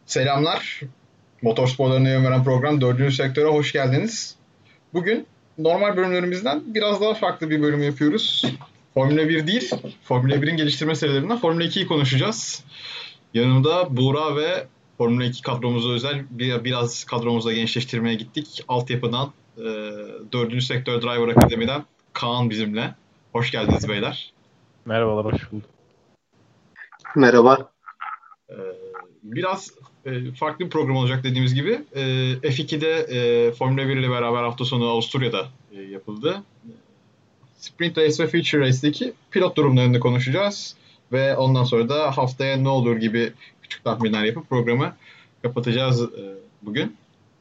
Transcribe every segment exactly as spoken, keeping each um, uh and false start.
Selamlar. Motorsporlarına yön veren program dördüncü sektöre hoş geldiniz. Bugün normal bölümlerimizden biraz daha farklı bir bölüm yapıyoruz. Formula bir değil, Formula birin geliştirme serilerinden Formula ikiyi konuşacağız. Yanımda Buğra ve Formula iki kadromuza özel bir, biraz kadromuzu gençleştirmeye gittik. Altyapıdan e, dördüncü sektör Driver Akademi'den Kaan bizimle. Hoş geldiniz beyler. Merhabalar, hoş bulduk. Merhaba. Ee, biraz e, farklı bir program olacak dediğimiz gibi. E, F iki'de e, Formula bir ile beraber hafta sonu Avusturya'da e, yapıldı. Sprint Race ve Feature Race'deki pilot durumlarını konuşacağız. Ve ondan sonra da haftaya ne olur gibi küçük tahminler yapıp programı kapatacağız e, bugün.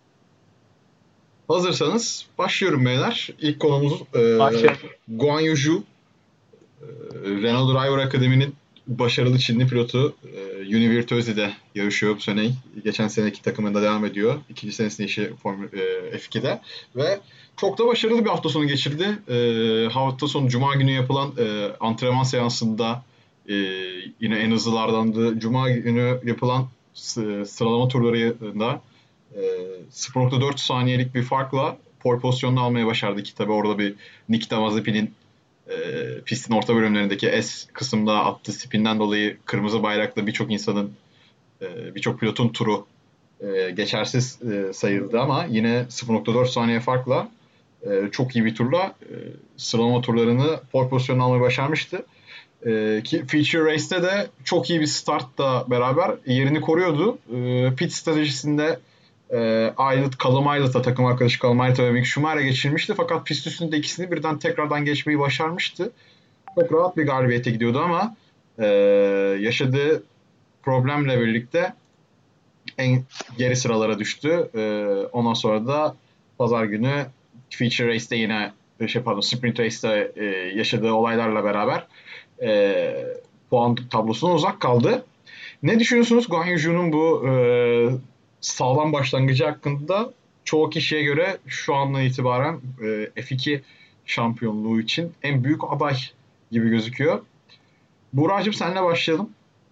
Hazırsanız başlıyorum beyler. İlk konumuz e, Guan Yu Zhou. E, Renault Driver Akademi'nin başarılı Çinli pilotu e, Univirtuosi'de yarışıyor bu sene. Geçen seneki takımında devam ediyor. İkinci senesinde işi Formula e, F iki'de. Ve çok da başarılı bir hafta sonu geçirdi. E, hafta sonu Cuma günü yapılan e, antrenman seansında e, yine en hızlılardandı. Cuma günü yapılan s- sıralama turlarında e, sıfır nokta dört saniyelik bir farkla pole pozisyonunu almaya başardı ki tabii orada bir Nikita Mazepin'in E, pistin orta bölümlerindeki S kısımda attığı spinden dolayı kırmızı bayrakla birçok insanın, e, birçok pilotun turu e, geçersiz e, sayıldı ama yine sıfır nokta dört saniye farkla e, çok iyi bir turla e, sıralama turlarını pole pozisyonuna almayı başarmıştı. E, ki Feature Race'te de çok iyi bir startla beraber yerini koruyordu. E, pit stratejisinde e, Aylett, Callum Aylett'a, takım arkadaşı Callum Aylett'a ve Mick Schumacher'e geçirmişti. Fakat pist üstünde ikisini birden tekrardan geçmeyi başarmıştı. Çok rahat bir galibiyete gidiyordu ama e, yaşadığı problemle birlikte en geri sıralara düştü. E, ondan sonra da pazar günü Feature Race'te yine şey pardon Sprint Race'te e, yaşadığı olaylarla beraber e, puan tablosuna uzak kaldı. Ne düşünüyorsunuz Guan Yu Zhou'nun bu e, sağlam başlangıcı hakkında? Çoğu kişiye göre şu andan itibaren e, F iki şampiyonluğu için en büyük aday gibi gözüküyor. Buğra'cığım senle başlayalım.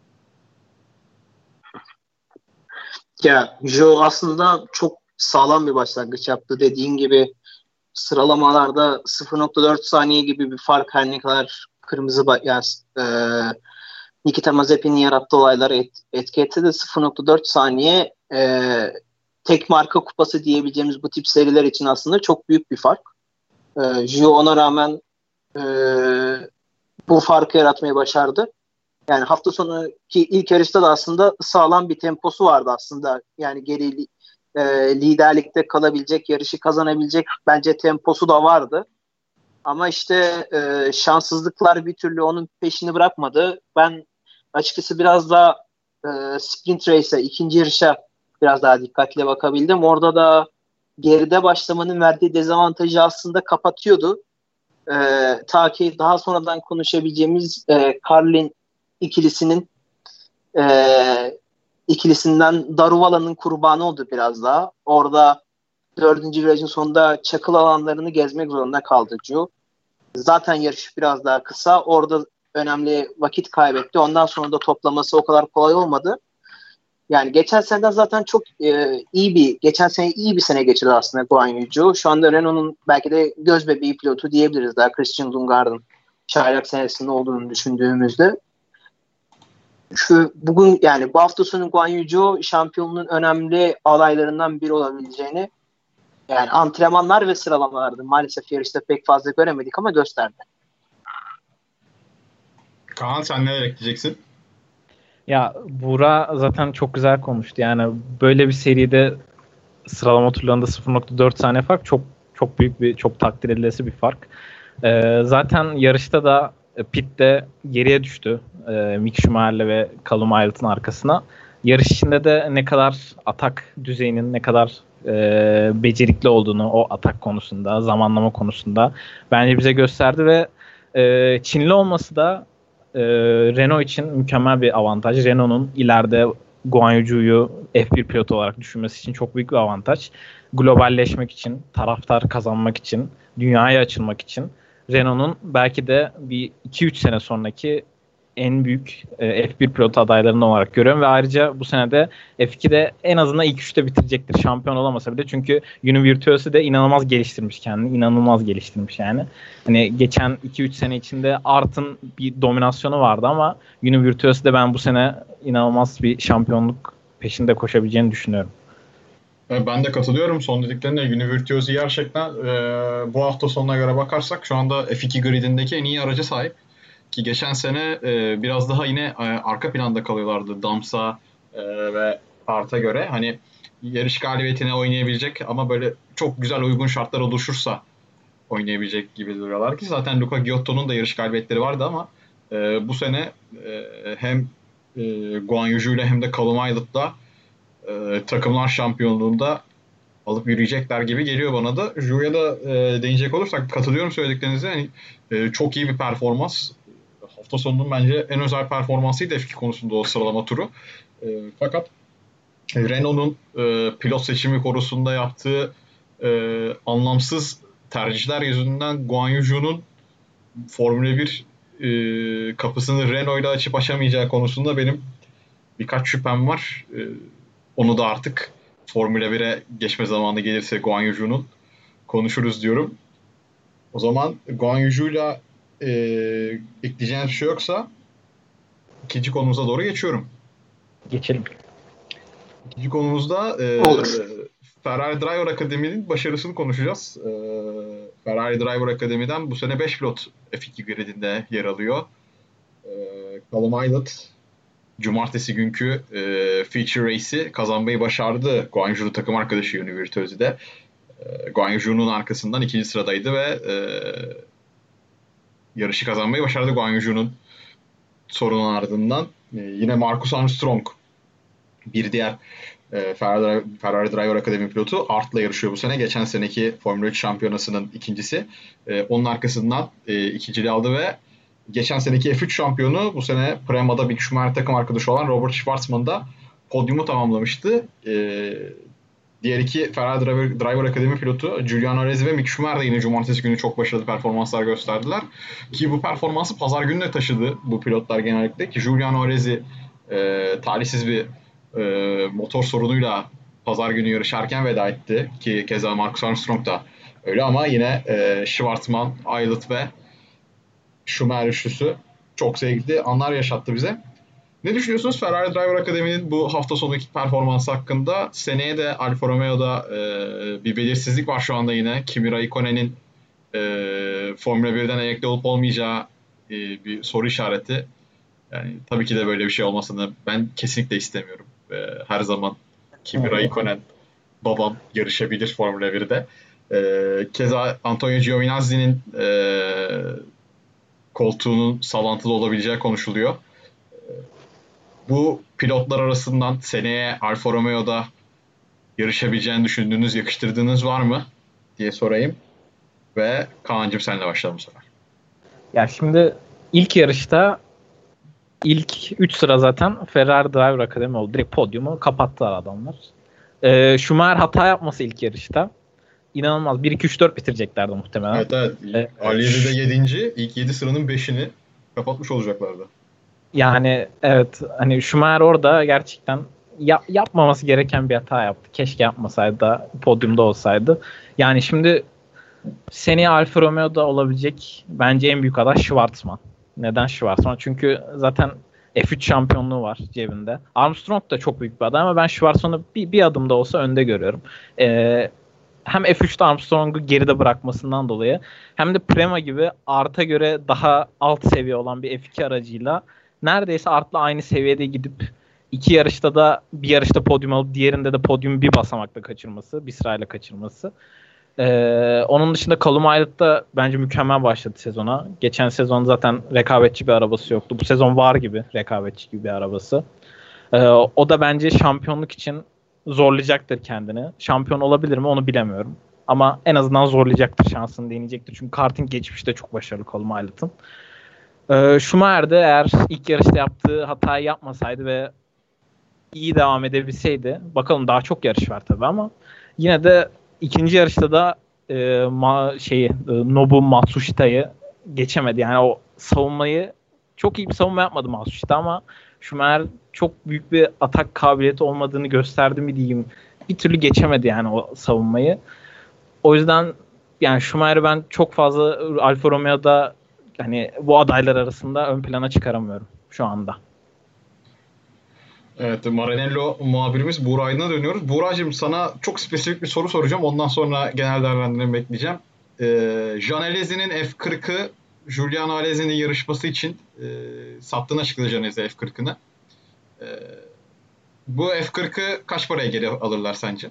Ya Joe aslında çok sağlam bir başlangıç yaptı. Dediğin gibi sıralamalarda sıfır nokta dört saniye gibi bir fark, her ne kadar kırmızı ba- yani, e, Nikita Mazepin'in yarattığı olayları et, etki etti de sıfır nokta dört saniye e, tek marka kupası diyebileceğimiz bu tip seriler için aslında çok büyük bir fark. E, Joe ona rağmen e, bu farkı yaratmayı başardı. Yani hafta sonu ki ilk yarışta da aslında sağlam bir temposu vardı aslında. Yani geri e, liderlikte kalabilecek, yarışı kazanabilecek bence temposu da vardı. Ama işte e, şanssızlıklar bir türlü onun peşini bırakmadı. Ben açıkçası biraz daha e, sprint race'e, ikinci yarışa biraz daha dikkatli bakabildim. Orada da geride başlamanın verdiği dezavantajı aslında kapatıyordu. E, ta ki daha sonradan konuşabileceğimiz e, Carlin ikilisinin e, ikilisinden Daruvala'nın kurbanı oldu biraz daha. Orada dördüncü virajın sonunda çakıl alanlarını gezmek zorunda kaldı Cu. Zaten yarış biraz daha kısa. Orada önemli vakit kaybetti. Ondan sonra da toplaması o kadar kolay olmadı. Yani geçen seneden zaten çok e, iyi bir, geçen sene iyi bir sene geçirdi aslında Guan Yu Zhou. Şu anda Renault'un belki de göz bebeği pilotu diyebiliriz daha Christian Lundgaard'ın çaylak senesinde olduğunu düşündüğümüzde. Şu bugün yani bu hafta sonu Guan Yu Zhou şampiyonluğun önemli alaylarından biri olabileceğini, yani antrenmanlar ve sıralamalarda maalesef yarışta pek fazla göremedik ama gösterdi. Kaan sen neler ekleyeceksin? Ya Buğra zaten çok güzel konuştu. Yani böyle bir seride sıralama turlarında sıfır nokta dört saniye fark çok çok büyük bir, çok takdir edilesi bir fark. Ee, zaten yarışta da pitte geriye düştü. Ee, Mick Schumacher'le ve Callum Aylett'ın arkasına. Yarış içinde de ne kadar atak düzeyinin ne kadar e, becerikli olduğunu o atak konusunda, zamanlama konusunda bence bize gösterdi ve e, Çinli olması da e, Renault için mükemmel bir avantaj. Renault'un ileride Guan Yu Zhou'yu F bir pilotu olarak düşünmesi için çok büyük bir avantaj. Globalleşmek için, taraftar kazanmak için, dünyaya açılmak için Renault'un belki de bir iki üç sene sonraki en büyük e, F bir pilot adaylarından olarak görüyorum ve ayrıca bu sene de F iki'de en azından ilk üçte bitirecektir. Şampiyon olamasa bile çünkü Univirtuos'u de inanılmaz geliştirmiş kendini. İnanılmaz geliştirmiş yani. Hani geçen iki üç sene içinde Art'ın bir dominasyonu vardı ama Univirtuos'u de ben bu sene inanılmaz bir şampiyonluk peşinde koşabileceğini düşünüyorum. Ben de katılıyorum son dediklerine. Univirtuosi gerçekten e, bu hafta sonuna göre bakarsak şu anda F iki gridindeki en iyi araca sahip. Ki geçen sene e, biraz daha yine e, arka planda kalıyorlardı Dams'a e, ve Art'a göre. Hani yarış galibiyetine oynayabilecek ama böyle çok güzel uygun şartlar oluşursa oynayabilecek gibi duruyorlar ki zaten Luca Giotto'nun da yarış galibiyetleri vardı ama e, bu sene e, hem e, Guan Yu Zhou ile hem de Callum Aylot'la e, takımlar şampiyonluğunda alıp yürüyecekler gibi geliyor bana da. Zhou'ya da e, değinecek olursak katılıyorum söylediklerinize. Yani, e, çok iyi bir performans. Hafta sonunun bence en özel performansıydı F iki konusunda o sıralama turu. E, fakat Renault'un e, pilot seçimi konusunda yaptığı e, anlamsız tercihler yüzünden Guan Yu Zhou'nun Formula bir e, kapısını Renault'la açıp açamayacağı konusunda benim birkaç şüphem var. E, onu da artık Formula bire geçme zamanı gelirse Guan Yu Zhou'nun konuşuruz diyorum. O zaman Guan Yu Zhou'yla e, ekleyeceğiniz bir şey yoksa ikinci konumuza doğru geçiyorum. Geçelim. İkinci konumuzda e, Olur. Ferrari Driver Akademi'nin başarısını konuşacağız. E, Ferrari Driver Akademi'den bu sene beş pilot F iki gridinde yer alıyor. E, Callum Aylott cumartesi günkü e, feature race'i kazanmayı başardı. Guan Yu Zhou takım arkadaşı Univirtuosi'de. E, Guan Yu Zhou'nun arkasından ikinci sıradaydı ve e, yarışı kazanmayı başardı Guan Yu Zhou'nun sorunun ardından. E, yine Marcus Armstrong bir diğer e, Ferrari, Ferrari Driver Akademi pilotu Art'la yarışıyor bu sene. Geçen seneki Formula üç şampiyonasının ikincisi. E, onun arkasından e, ikinciliği aldı ve geçen seneki F üç şampiyonu bu sene Prema'da Mick Schumacher takım arkadaşı olan Robert Schwarzman da podyumu tamamlamıştı. Ee, diğer iki Ferrari Driver, Driver Akademi pilotu Giuliano Alesi ve Mick Schumacher de yine cumartesi günü çok başarılı performanslar gösterdiler. Ki bu performansı pazar gününe taşıdı bu pilotlar genellikle. Ki Giuliano Alesi e, talihsiz bir e, motor sorunuyla pazar günü yarışarken veda etti. Ki keza Marcus Armstrong da öyle ama yine e, Schwarzman, Aylott ve Schumacher üçlüsü çok zevkli anlar yaşattı bize. Ne düşünüyorsunuz Ferrari Driver Akademi'nin bu hafta sonundaki performansı hakkında? Seneye de Alfa Romeo'da e, bir belirsizlik var şu anda yine. Kimi Raikkonen'in e, Formula birden emekli olup olmayacağı e, bir soru işareti. Yani tabii ki de böyle bir şey olmasını ben kesinlikle istemiyorum. E, her zaman Kimi Raikkonen babam yarışabilir Formula birde. E, keza Antonio Giovinazzi'nin e, koltuğunun sallantılı olabileceği konuşuluyor. Bu pilotlar arasından seneye Alfa Romeo'da yarışabileceğini düşündüğünüz, yakıştırdığınız var mı diye sorayım. Ve Kaan'cığım senle başlayalım bu sefer. Ya şimdi ilk yarışta ilk üç sıra zaten Ferrari Driver Akademi oldu. Direkt podyumu kapattılar adamlar. Ee, Schumacher hata yapması ilk yarışta. İnanılmaz. bir iki üç dört bitireceklerdi muhtemelen. Evet evet. evet. Aliye'de yedinci ilk yedi sıranın beşini kapatmış olacaklardı. Yani evet hani Schumacher orada gerçekten yap, yapmaması gereken bir hata yaptı. Keşke yapmasaydı da podyumda olsaydı. Yani şimdi seneye Alfa Romeo'da olabilecek bence en büyük aday Schwarzman. Neden Schwarzman? Çünkü zaten F üç şampiyonluğu var cebinde. Armstrong da çok büyük bir aday ama ben Schwarzman'ı bir, bir adım da olsa önde görüyorum. Ee, hem F üçte Armstrong'u geride bırakmasından dolayı hem de Prema gibi Art'a göre daha alt seviye olan bir F iki aracıyla neredeyse Art'la aynı seviyede gidip iki yarışta da bir yarışta podyum alıp diğerinde de podyumu bir basamakla kaçırması, bir sırayla kaçırması. Ee, onun dışında Callum Aylott da bence mükemmel başladı sezona. Geçen sezon zaten rekabetçi bir arabası yoktu. Bu sezon var gibi rekabetçi gibi bir arabası. Ee, o da bence şampiyonluk için zorlayacaktır kendini. Şampiyon olabilir mi onu bilemiyorum. Ama en azından zorlayacaktır, şansını deneyecektir. Çünkü karting geçmişte çok başarılı Callum Aylott'ın. Ee, Schumacher de eğer ilk yarışta yaptığı hatayı yapmasaydı ve iyi devam edebilseydi, bakalım daha çok yarış var tabii ama yine de ikinci yarışta da e, ma, şeyi e, Nobu Matsushita'yı geçemedi. Yani o savunmayı çok iyi bir savunma yapmadı Matsushita ama Schumacher çok büyük bir atak kabiliyeti olmadığını gösterdi mi diyeyim. Bir türlü geçemedi yani o savunmayı. O yüzden yani Schumacher'i ben çok fazla Alfa Romeo'da hani bu adaylar arasında ön plana çıkaramıyorum şu anda. Evet, Maranello muhabirimiz Buğra Aydın'a dönüyoruz. Buğra'cığım sana çok spesifik bir soru soracağım. Ondan sonra genel değerlendirmemi bekleyeceğim. Ee, Jean Alesi'nin F kırkı Giuliano Alesi'nin yarışması için e, sattığını açıkladı Jean Alesi F kırkını. E, bu F kırkı kaç paraya geri alırlar sence?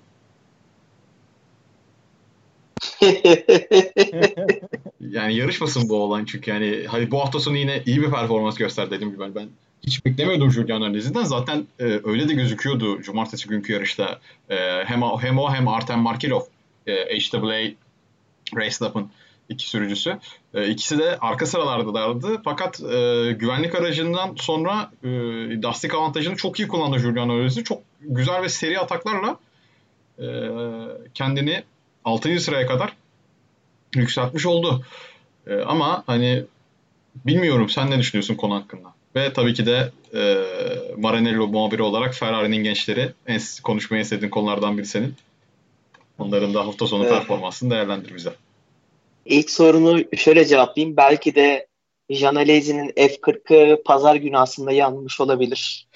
Yani yarışmasın bu olan çünkü yani hadi bu hafta sonu yine iyi bir performans gösterdi dediğim gibi ben, ben hiç beklemiyordum Giuliano Alesi'den. Zaten e, öyle de gözüküyordu cumartesi günkü yarışta. E, hem, o, hem o hem Artem Markelov e, H W A Race iki sürücüsü. E, ikisi de arka sıralardalardı. Fakat e, güvenlik aracından sonra e, lastik avantajını çok iyi kullandı Giuliano Alesi. Çok güzel ve seri ataklarla e, kendini altıncı sıraya kadar yükseltmiş oldu. E, ama hani bilmiyorum sen ne düşünüyorsun konu hakkında? Ve tabii ki de e, Maranello muhabiri olarak Ferrari'nin gençleri en konuşmayı istediğin konulardan biri senin. Onların da hafta sonu evet. performansını değerlendir bize. İlk sorunu şöyle cevaplayayım. Belki de Jean Alesi'nin F kırkı pazar günü aslında yanmış olabilir.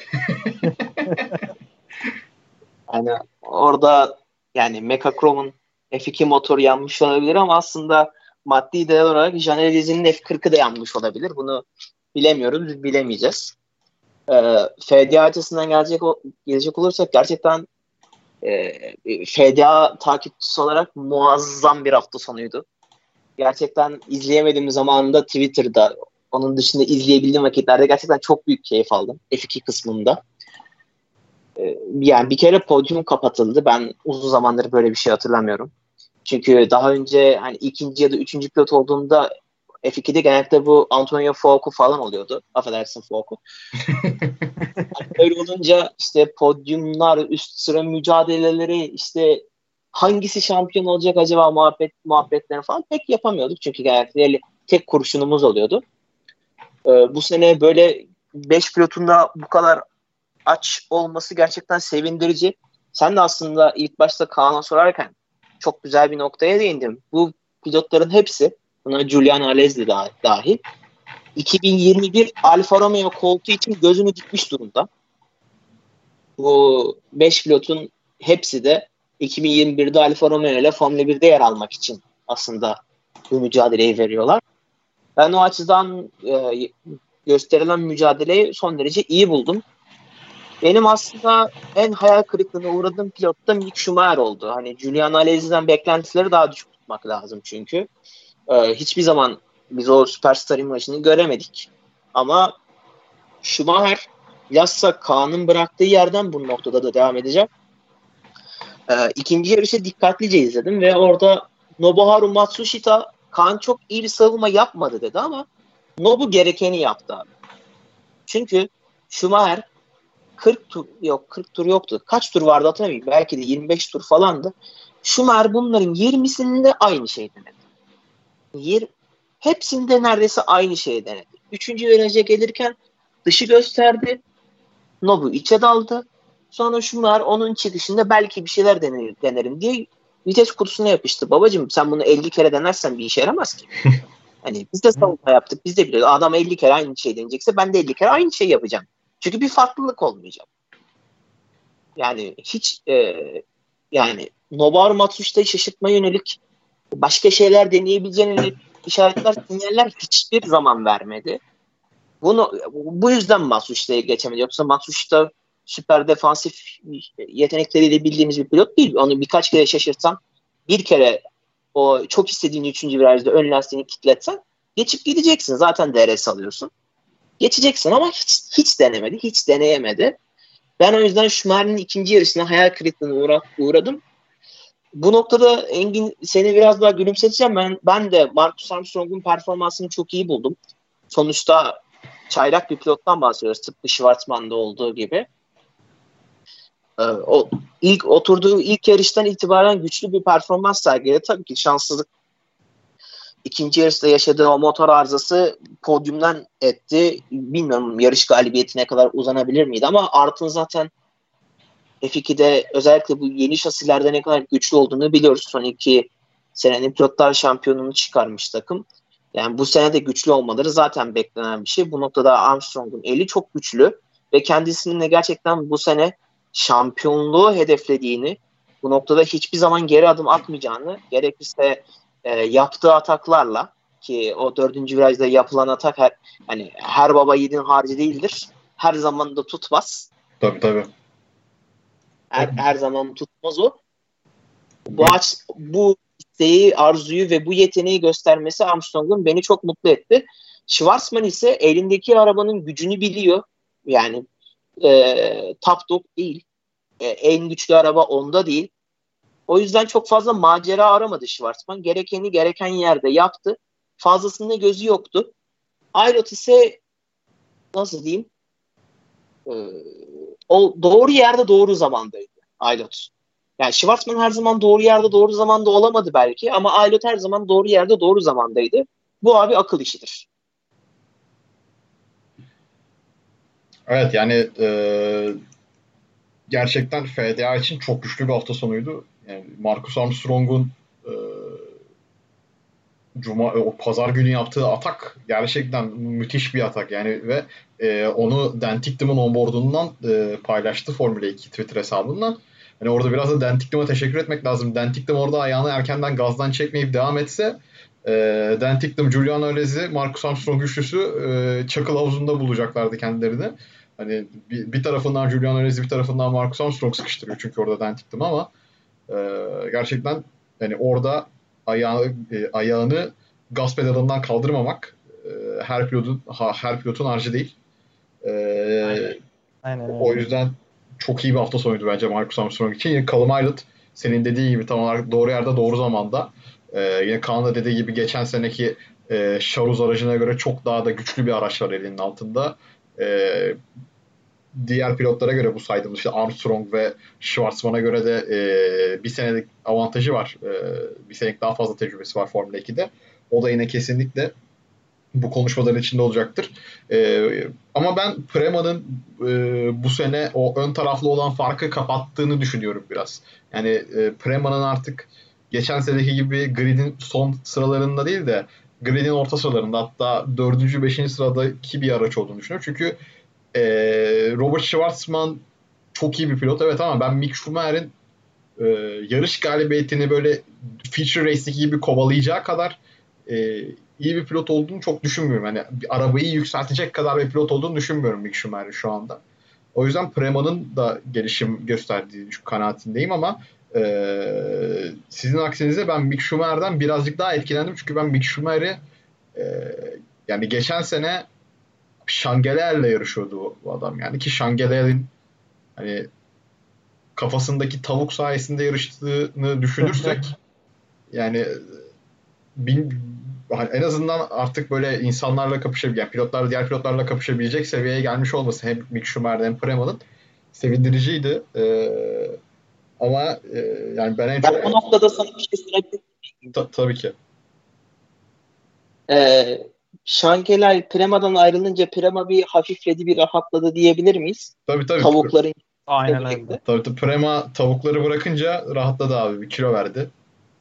Yani orada yani Mecachrom'un F iki motoru yanmış olabilir ama aslında maddi değer olarak Jean Alesi'nin F kırkı da yanmış olabilir. Bunu bilemiyoruz, bilemeyeceğiz. Ee, F D A açısından gelecek, gelecek olursak gerçekten e, F D A takipçisi olarak muazzam bir hafta sonuydu. Gerçekten izleyemediğim zamanında Twitter'da, onun dışında izleyebildiğim vakitlerde gerçekten çok büyük keyif aldım F iki kısmında. Ee, yani bir kere podyum kapatıldı. Ben uzun zamandır böyle bir şey hatırlamıyorum. Çünkü daha önce hani ikinci ya da üçüncü pilot olduğumda F ikide genellikle bu Antonio Fuoco falan oluyordu. Affedersin Fuoco. Yani öyle olunca işte podyumlar, üst sıra mücadeleleri, işte hangisi şampiyon olacak acaba muhabbet muhabbetlerini falan pek yapamıyorduk. Çünkü genellikle tek kurşunumuz oluyordu. Ee, bu sene böyle beş pilotun da bu kadar aç olması gerçekten sevindirici. Sen de aslında ilk başta Kaan'a sorarken çok güzel bir noktaya değindim. Bu pilotların hepsi, buna Giuliano Alesi de dahil, iki bin yirmi bir Alfa Romeo koltuğu için gözünü dikmiş durumda. Bu beş pilotun hepsi de iki bin yirmi birde Alfa Romeo ile Formula birde yer almak için aslında bu mücadeleyi veriyorlar. Ben o açıdan e, gösterilen mücadeleyi son derece iyi buldum. Benim aslında en hayal kırıklığına uğradığım pilot da Mick Schumacher oldu. Hani Giuliano Alesi'den beklentileri daha düşük tutmak lazım çünkü. Ee, hiçbir zaman biz o süperstar imajını göremedik. Ama Schumacher bilhassa Kaan'ın bıraktığı yerden bu noktada da devam edeceğim. Ee, ikinci yarışı dikkatlice izledim ve orada Nobuharu Matsushita Kaan çok iyi bir savunma yapmadı dedi ama Nobu gerekeni yaptı abi. Çünkü Schumacher kırk tur yok kırk tur yoktu. Kaç tur vardı hatırlamıyorum. Belki de yirmi beş tur falandı. Schumacher bunların yirmisinde aynı şey denedi. Yer, hepsinde neredeyse aynı şey denedi. Üçüncü viraja gelirken dışı gösterdi. Nobu içe daldı. Sonra Schumacher onun çıkışında belki bir şeyler dener, denerim diye vites kutusuna yapıştı. Babacım sen bunu elli kere denersen bir işe yaramaz ki. Hani biz de savunma yaptık. Biz de biliyoruz. Adam elli kere aynı şey deneyecekse ben de elli kere aynı şey yapacağım. Çünkü bir farklılık olmayacak. Yani hiç e, yani Nobuharu Matsushita'yı şaşırtmaya yönelik başka şeyler deneyebileceğine işaretler, sinyaller hiçbir zaman vermedi. Bunu bu yüzden Matsushita'ya geçemedi. Yoksa Matsushita süper defansif yetenekleriyle bildiğimiz bir pilot değil. Onu birkaç kere şaşırtsan, bir kere o çok istediğin üçüncü virajda ön lastiğini kilitletsen geçip gideceksin. Zaten D R S alıyorsun. Geçeceksin ama hiç, hiç denemedi. Hiç deneyemedi. Ben o yüzden Schumacher'in ikinci yarışına hayal kırıklığına uğra, uğradım. Bu noktada Engin seni biraz daha gülümseteceğim. Ben, ben de Marcus Armstrong'un performansını çok iyi buldum. Sonuçta çaylak bir pilottan bahsediyoruz. Tıpkı Schwarzman'da olduğu gibi. Ee, o ilk oturduğu ilk yarıştan itibaren güçlü bir performans sergiledi. Tabii ki şanssızlık ikinci yarışta yaşadığı o motor arızası podyumdan etti. Bilmiyorum yarış galibiyetine kadar uzanabilir miydi ama Art'ın zaten F iki'de özellikle bu yeni şasilerde ne kadar güçlü olduğunu biliyoruz. Son iki senenin pilotlar şampiyonunu çıkarmış takım. Yani bu sene de güçlü olmaları zaten beklenen bir şey. Bu noktada Armstrong'un eli çok güçlü ve kendisinin de gerçekten bu sene şampiyonluğu hedeflediğini, bu noktada hiçbir zaman geri adım atmayacağını, gerekirse e, yaptığı ataklarla, ki o dördüncü virajda yapılan atak her, hani her baba yiğidin harcı değildir. Her zaman da tutmaz. Tabii tabii. Her, her zaman tutmaz o. Bu aç, bu isteği, arzuyu ve bu yeteneği göstermesi Armstrong'un beni çok mutlu etti. Schwarzman ise elindeki arabanın gücünü biliyor. Yani e, top dog değil. E, en güçlü araba onda değil. O yüzden çok fazla macera aramadı Schwarzman. Gerekeni gereken yerde yaptı. Fazlasında gözü yoktu. Ayrot ise nasıl diyeyim? E, o doğru yerde doğru zamandaydı Ayrot. Yani Schwarzman her zaman doğru yerde doğru zamanda olamadı belki ama Aylot her zaman doğru yerde doğru zamandaydı. Bu abi akıl işidir. Evet yani e, gerçekten F D A için çok güçlü bir hafta sonuydu. Yani Marcus Armstrong'un e, Cuma o pazar günü yaptığı atak gerçekten müthiş bir atak yani ve e, onu Dan Ticktum'un onboardundan e, paylaştı Formula iki Twitter hesabından. Hani orada biraz da Dan Ticktum'a teşekkür etmek lazım. Dan Ticktum orada ayağını erkenden gazdan çekmeyip devam etse e, Dan Ticktum, Julian Alesi, Marcus Armstrong üçlüsü e, çakıl havuzunda bulacaklardı kendilerini. Hani bir, bir tarafından Julian Alesi, bir tarafından Marcus Armstrong sıkıştırıyor çünkü orada Dan Ticktum ama e, gerçekten hani orada ayağı, e, ayağını gaz pedalından kaldırmamak e, her pilotun ha, her pilotun harcı değil. E, Aynen. Aynen O öyle. yüzden çok iyi bir hafta sonuydu bence Marcus Armstrong için. Yine Callum Ilott senin dediği gibi tam olarak doğru yerde doğru zamanda. E, yine Kaan'ın da dediği gibi geçen seneki e, Charuz aracına göre çok daha da güçlü bir araç var elinin altında. E, diğer pilotlara göre bu saydığımız işte Armstrong ve Schwarzman'a göre de e, bir senelik avantajı var. E, bir senelik daha fazla tecrübesi var Formula ikide. O da yine kesinlikle bu konuşmaların içinde olacaktır. E, ama ben Prema'nın e, bu sene o ön taraflı olan farkı kapattığını düşünüyorum biraz. Yani e, Prema'nın artık geçen seneki gibi gridin son sıralarında değil de gridin orta sıralarında hatta dördüncü beşinci sıradaki bir araç olduğunu düşünüyorum. Çünkü ee, Robert Schwarzman çok iyi bir pilot evet ama ben Mick Schumacher'in e, yarış galibiyetini böyle feature race'deki gibi kovalayacağı kadar e, iyi bir pilot olduğunu çok düşünmüyorum. Yani bir arabayı yükseltecek kadar bir pilot olduğunu düşünmüyorum Mick Schumacher'in şu anda. O yüzden Prema'nın da gelişim gösterdiği kanaatindeyim ama e, sizin aksinize ben Mick Schumacher'den birazcık daha etkilendim. Çünkü ben Mick Schumacher'i e, yani geçen sene Şangeler'le yarışıyordu bu adam yani ki Şangeler'in hani kafasındaki tavuk sayesinde yarıştığını düşünürsek yani bin, hani en azından artık böyle insanlarla kapışabilecek, yani pilotlar diğer pilotlarla kapışabilecek seviyeye gelmiş olması hem Mick Schumacher'den hem Prema'nın sevindiriciydi. Ee, ama e, yani ben en ben çok... bu noktada sana bir şey sorabilir miyim? Ta, tabii ki. Ee, Şankeler Prema'dan ayrılınca Prema bir hafifledi, bir rahatladı diyebilir miyiz? Tabii tabii. Tavukların Aynen öyle. Tabii tabii. Prema tavukları bırakınca rahatladı abi. Bir kilo verdi.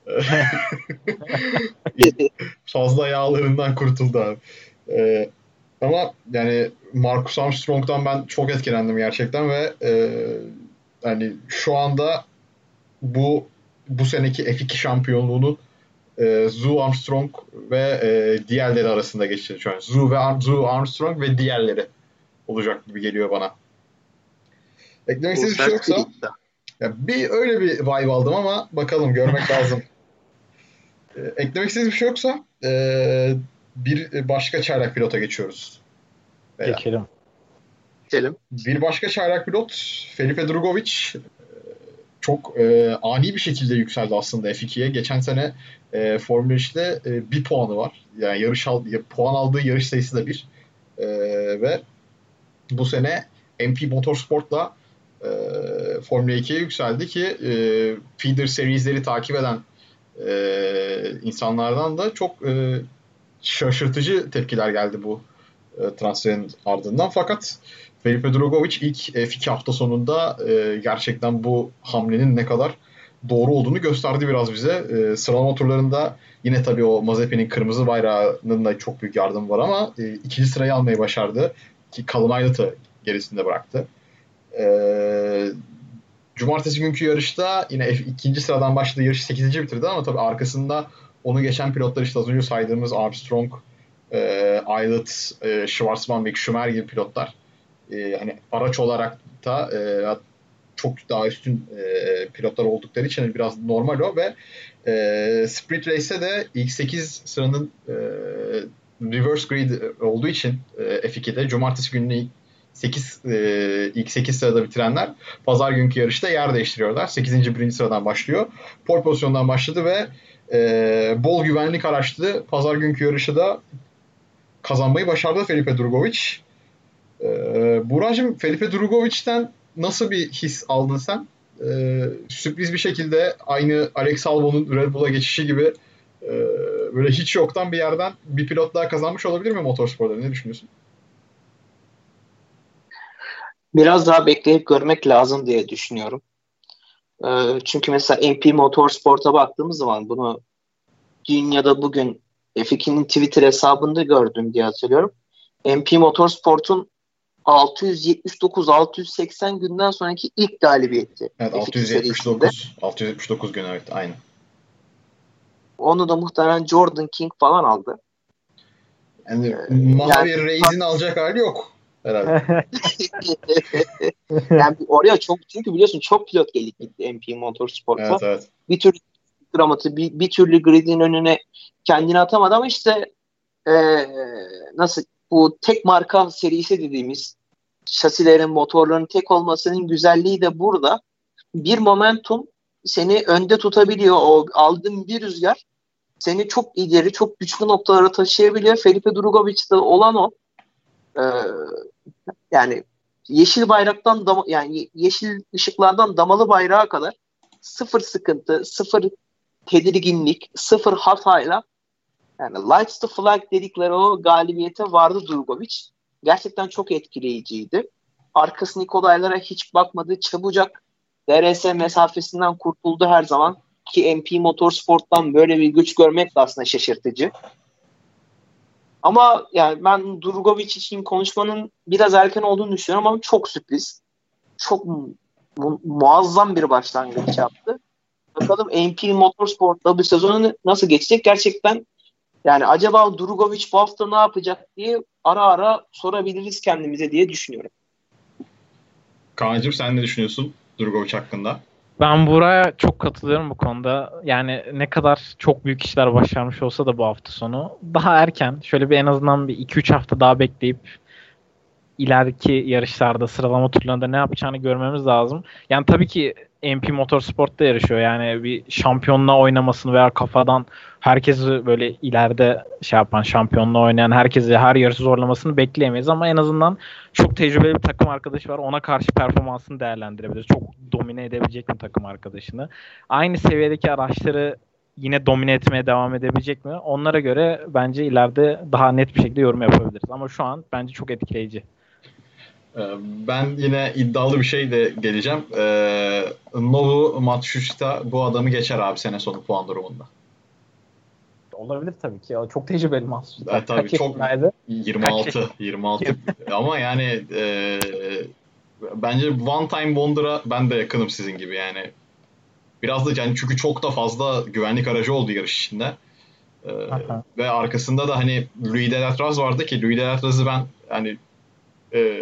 Fazla yağlarından kurtuldu abi. Ee, ama yani Marcus Armstrong'dan ben çok etkilendim gerçekten ve e, hani şu anda bu bu seneki F iki şampiyonluğunun e, Zou Armstrong ve e, diğerleri arasında geçti şu an. Zou ve Ar- Zou Armstrong ve diğerleri olacak gibi geliyor bana. Eklemek Bu istediğiniz bir şey sert bir yoksa iddia. ya bir öyle bir vibe aldım ama bakalım görmek lazım. E, eklemek istediğiniz bir şey yoksa e, bir başka çaylak pilota geçiyoruz. Veya. Geçelim. Geçelim. Bir başka çaylak pilot Felipe Drugovich çok e, ani bir şekilde yükseldi aslında F ikiye. Geçen sene e, Formula üçte e, bir puanı var. Yani yarış al, puan aldığı yarış sayısı da bir. E, ve bu sene M P Motorsport'la e, Formula ikiye yükseldi ki e, feeder seriesleri takip eden e, insanlardan da çok e, şaşırtıcı tepkiler geldi bu e, transferin ardından. Fakat Felipe Drugovich ilk F iki hafta sonunda e, gerçekten bu hamlenin ne kadar doğru olduğunu gösterdi biraz bize. E, sıralama turlarında yine tabii o Mazepin'in kırmızı bayrağının da çok büyük yardımı var ama e, ikinci sırayı almayı başardı. Ki Callum Aylett'ı gerisinde bıraktı. E, Cumartesi günkü yarışta yine F ikinci sıradan başladığı yarışı sekizinci bitirdi ama tabii arkasında onu geçen pilotlar işte az önce saydığımız Armstrong, e, Aylett, e, Schwarzman, Mick Schumacher gibi pilotlar. E, hani araç olarak da e, çok daha üstün e, pilotlar oldukları için biraz normal o ve e, Sprint Race'e de ilk sekiz sıranın e, reverse grid olduğu için e, F iki'de cumartesi günü ilk sekiz e, ilk sekiz sırada bitirenler pazar günkü yarışta yer değiştiriyorlar. sekizinci birinci sıradan başlıyor. Pole pozisyondan başladı ve e, bol güvenlik araçlı pazar günkü yarışı da kazanmayı başardı Felipe Drugovich. E, Buracığım, Felipe Drugovich'ten nasıl bir his aldın sen? E, sürpriz bir şekilde aynı Alex Albon'un Red Bull'a geçişi gibi e, böyle hiç yoktan bir yerden bir pilot daha kazanmış olabilir mi motorsporda? Ne düşünüyorsun? Biraz daha bekleyip görmek lazım diye düşünüyorum. Ee, çünkü mesela M P Motorsport'a baktığımız zaman bunu dünyada bugün F iki'nin Twitter hesabında gördüm diye hatırlıyorum. M P Motorsport'un altı yüz yetmiş dokuz altı yüz seksen günden sonraki ilk galibiyeti. Evet, F iki altı yüz yetmiş dokuz serisinde. altı yüz yetmiş dokuz gün, evet, aynı. Onu da muhtemelen Jordan King falan aldı. Yani Ee, mavi yani Reis'in alacak hali yok herhalde. yani oraya çok, çünkü biliyorsun çok pilot gelip gitti M P Motorsport'a. Evet, evet. Bir türlü dramatı bir, bir türlü gridin önüne kendini atamadı ama işte ee, nasıl bu tek marka serisi dediğimiz şasilerin, motorların tek olmasının güzelliği de burada. Bir momentum seni önde tutabiliyor. O aldığın bir rüzgar seni çok ileri, çok güçlü noktalara taşıyabiliyor. Felipe Drugovich'te olan o. Ee, yani yeşil bayraktan dama, yani yeşil ışıklardan damalı bayrağa kadar sıfır sıkıntı, sıfır tedirginlik, sıfır hatayla, yani lights to flag dedikleri o galibiyete vardı Drugovic. Gerçekten çok etkileyiciydi. Arkasındaki olaylara hiç bakmadı. Çabucak D R S mesafesinden kurtuldu her zaman. Ki M P Motorsport'tan böyle bir güç görmek de aslında şaşırtıcı. Ama yani ben Drugovic için konuşmanın biraz erken olduğunu düşünüyorum ama çok sürpriz. Çok mu- mu- muazzam bir başlangıç yaptı. Bakalım M P Motorsport'ta bu sezonu nasıl geçecek gerçekten. Yani acaba Drugovic bu hafta ne yapacak diye ara ara sorabiliriz kendimize diye düşünüyorum. Kaan'cığım, sen ne düşünüyorsun Drugovic hakkında? Ben buraya çok katılıyorum bu konuda. Yani ne kadar çok büyük işler başarmış olsa da bu hafta sonu daha erken, şöyle bir en azından bir iki üç hafta daha bekleyip ileriki yarışlarda, sıralama turlarında ne yapacağını görmemiz lazım. Yani tabii ki M P Motorsport'ta yarışıyor. Yani bir şampiyonluğa oynamasını veya kafadan herkesi böyle ileride şey yapan, şampiyonluğa oynayan herkesi her yarışı zorlamasını bekleyemeyiz ama en azından çok tecrübeli bir takım arkadaşı var. Ona karşı performansını değerlendirebiliriz. Çok domine edebilecek mi takım arkadaşını? Aynı seviyedeki araçları yine domine etmeye devam edebilecek mi? Onlara göre bence ileride daha net bir şekilde yorum yapabiliriz. Ama şu an bence çok etkileyici. Ben yine iddialı bir şey de geleceğim. Ee, Novu Matsushita bu adamı geçer abi sene sonu puan durumunda. Olabilir tabii ki. O çok tecrübeli Matsushita. E, tabii Kaç çok yaşındaydı? yirmi Kaç altı yirmi altı ama yani e, bence one time wonder'a ben de yakınım sizin gibi yani. Biraz da yani çünkü çok da fazla güvenlik aracı oldu yarış içinde. Ee, Aha. ve arkasında da hani Louis Delatraz vardı ki Louis Delatraz'ı ben hani e,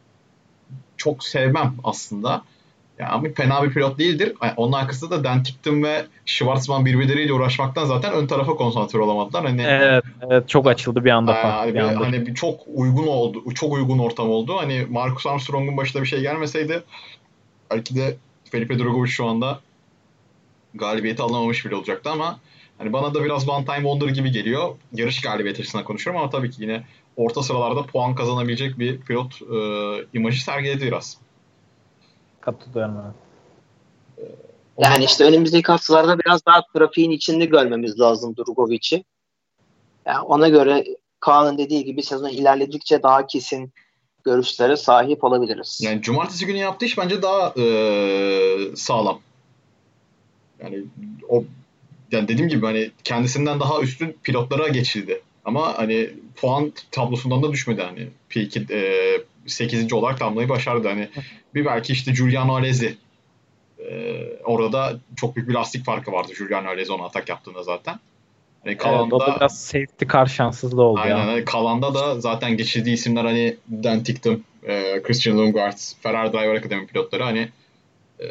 çok sevmem aslında. Yani ama fena bir pilot değildir. Yani onun arkasında da Dan Tickton ve Schwarzman birbirleriyle uğraşmaktan zaten ön tarafa konsantre olamadılar. Hani Evet, evet çok açıldı bir anda fark. Bir ve anda. hani bir çok uygun oldu, çok uygun ortam oldu. Hani Marcus Armstrong'un başına bir şey gelmeseydi belki de Felipe Drugovich şu anda galibiyeti alamamış bile olacaktı ama hani bana da biraz one time wonder gibi geliyor. Yarış galibiyeti açısından konuşuyorum ama tabii ki yine orta sıralarda puan kazanabilecek bir pilot e, imajı sergiledi biraz. Katılıyorum. Evet. Yani işte önümüzdeki haftalarda biraz daha trafiğin içinde görmemiz lazım Drogovic'i. Yani ona göre Kaan'ın dediği gibi sezon ilerledikçe daha kesin görüşlere sahip olabiliriz. Yani cumartesi günü yaptığı iş bence daha ee, sağlam. Yani o yani dediğim gibi hani kendisinden daha üstün pilotlara geçildi. Ama hani puan tablosundan da düşmedi hani. P iki e, sekizinci olarak tamamlamayı başardı. Hani bir belki işte Giuliano Alesi e, orada çok büyük bir lastik farkı vardı Giuliano Alesi ona atak yaptığında zaten. Hani kalanda, evet, o da biraz safety car şanssızlığı oldu aynen, ya. Hani kalanda da zaten geçirdiği isimler hani Dan Ticktum, e, Christian Lundgaard, Ferrari Driver Academy pilotları hani e,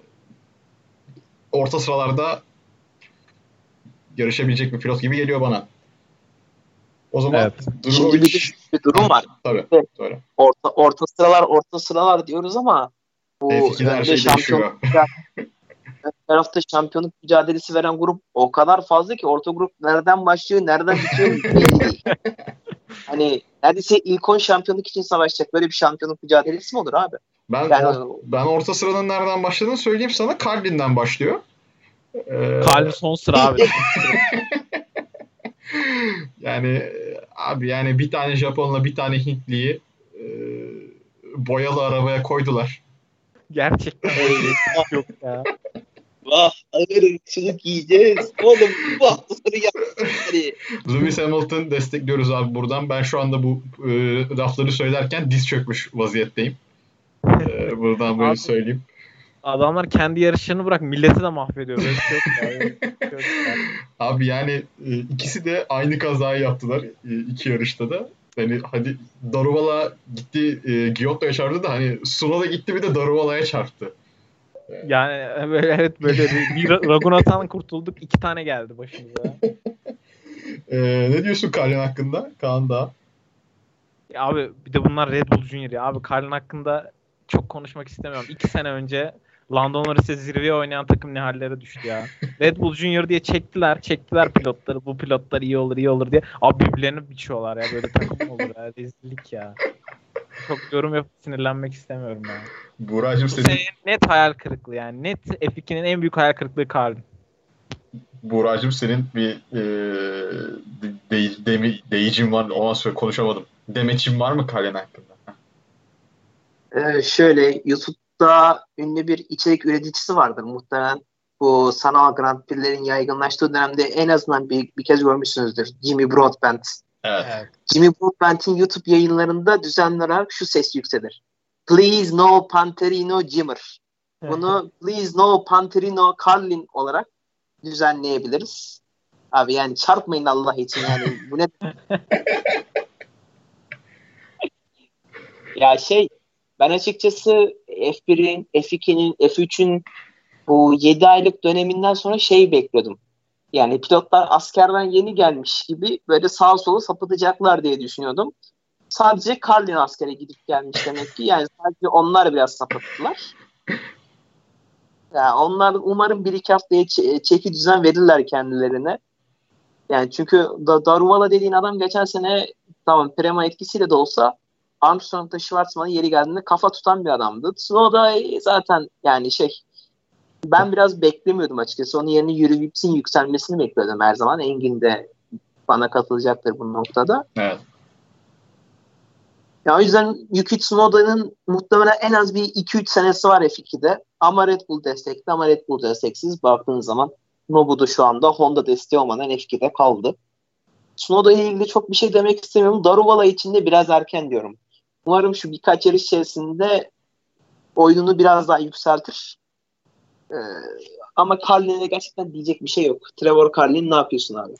orta sıralarda yarışabilecek bir pilot gibi geliyor bana. O zaman evet. Şimdi bir, de bir durum var. Tabii. Öyle. Orta, orta sıralar orta sıralar diyoruz ama bu F iki'de her şey değişiyor. tarafta şampiyonluk mücadelesi veren grup o kadar fazla ki orta grup nereden başlıyor, nereden bitiyor belli değil. Hani neredeyse ilk on şampiyonluk için savaşacak böyle bir şampiyonluk mücadelesi mi olur abi? Ben yani, or, ben orta sıranın nereden başladığını söyleyeyim sana. Carlin'den başlıyor. Ee... Carlin son sıra abi. Yani abi yani bir tane Japonla bir tane Hintliyi e, boyalı arabaya koydular. Gerçekten yok ya. Vah ırkçılık yiyeceğiz. Oğlum bu hafta sonu yaptıkları. Lewis Hamilton destekliyoruz abi buradan. Ben şu anda bu e, lafları söylerken diz çökmüş vaziyetteyim. E, buradan böyle söyleyeyim. Adamlar kendi yarışlarını bırak milleti de mahvediyor. Böyle bir şey yok ya. Yok ya. Abi yani e, ikisi de aynı kazayı yaptılar e, iki yarışta da. Hani hadi Daruvala gitti e, Giotto'ya çarptı da hani Tsunoda gitti bir de Daruvala'ya çarptı. Yani böyle evet böyle bir, bir Ragunat'tan kurtulduk. iki tane geldi başımıza. ee, ne diyorsun Carlin hakkında? Kaan da. Ya abi bir de bunlar Red Bull Junior ya. Abi Carlin hakkında çok konuşmak istemiyorum. İki sene önce Lando Norris'e zirveye oynayan takım ne hallere düştü ya. Red Bull Junior diye çektiler. Çektiler pilotları. Bu pilotlar iyi olur iyi olur diye. Abi birbirlerini biçiyorlar ya. Böyle takım mı olur ya. Rezillik ya. Çok yorum yapıp sinirlenmek istemiyorum ya. Buğra'cığım Bu senin... net hayal kırıklığı yani. Net F iki'nin en büyük hayal kırıklığı Carlin. Buğra'cığım senin bir e, de, de, deyicin var. Ona söyle konuşamadım. Demeçin var mı Carlin hakkında? Ee, şöyle YouTube'da ünlü bir içerik üreticisi vardır muhtemelen. Bu sanal Grand Prix'lerin yaygınlaştığı dönemde en azından bir, bir kez görmüşsünüzdür. Jimmy Broadbent. Evet. evet. Jimmy Broadbent'in YouTube yayınlarında düzenli olarak şu ses yükselir. Please no Panterino Jimmer. Bunu please no Panterino Carlin olarak düzenleyebiliriz. Abi yani çarpmayın Allah için yani. Bu ne? Ya şey ben açıkçası F bir'in, F iki'nin, F üçün bu yedi aylık döneminden sonra şey bekliyordum. Yani pilotlar askerden yeni gelmiş gibi böyle sağa sola sapıtacaklar diye düşünüyordum. Sadece Carlin askere gidip gelmiş demek ki. Yani sadece onlar biraz sapıttılar. Yani onlar umarım bir iki haftaya ç- çeki düzen verirler kendilerine. Yani çünkü da- Daruvala dediğin adam geçen sene tamam Prema etkisiyle de olsa Armstrong'da Schwarzman'ın yeri geldiğinde kafa tutan bir adamdı. Tsunoda zaten yani şey ben biraz beklemiyordum açıkçası. Onun yerine Yuri Vips'in yükselmesini bekliyordum her zaman. Engin de bana katılacaktır bu noktada. Evet. Ya o yüzden Yuki Tsunoda'nın muhtemelen en az bir iki üç senesi var F iki'de. Ama Red Bull destekli ama Red Bull desteksiz. Baktığınız zaman Nobu'da şu anda Honda desteği olmadan F iki'de kaldı. Tsunoda ile ilgili çok bir şey demek istemiyorum. Daruvala için de biraz erken diyorum. Umarım şu birkaç yarış içerisinde oyununu biraz daha yükseltir. Ee, ama Carlin'e gerçekten diyecek bir şey yok. Trevor Carlin ne yapıyorsun abi?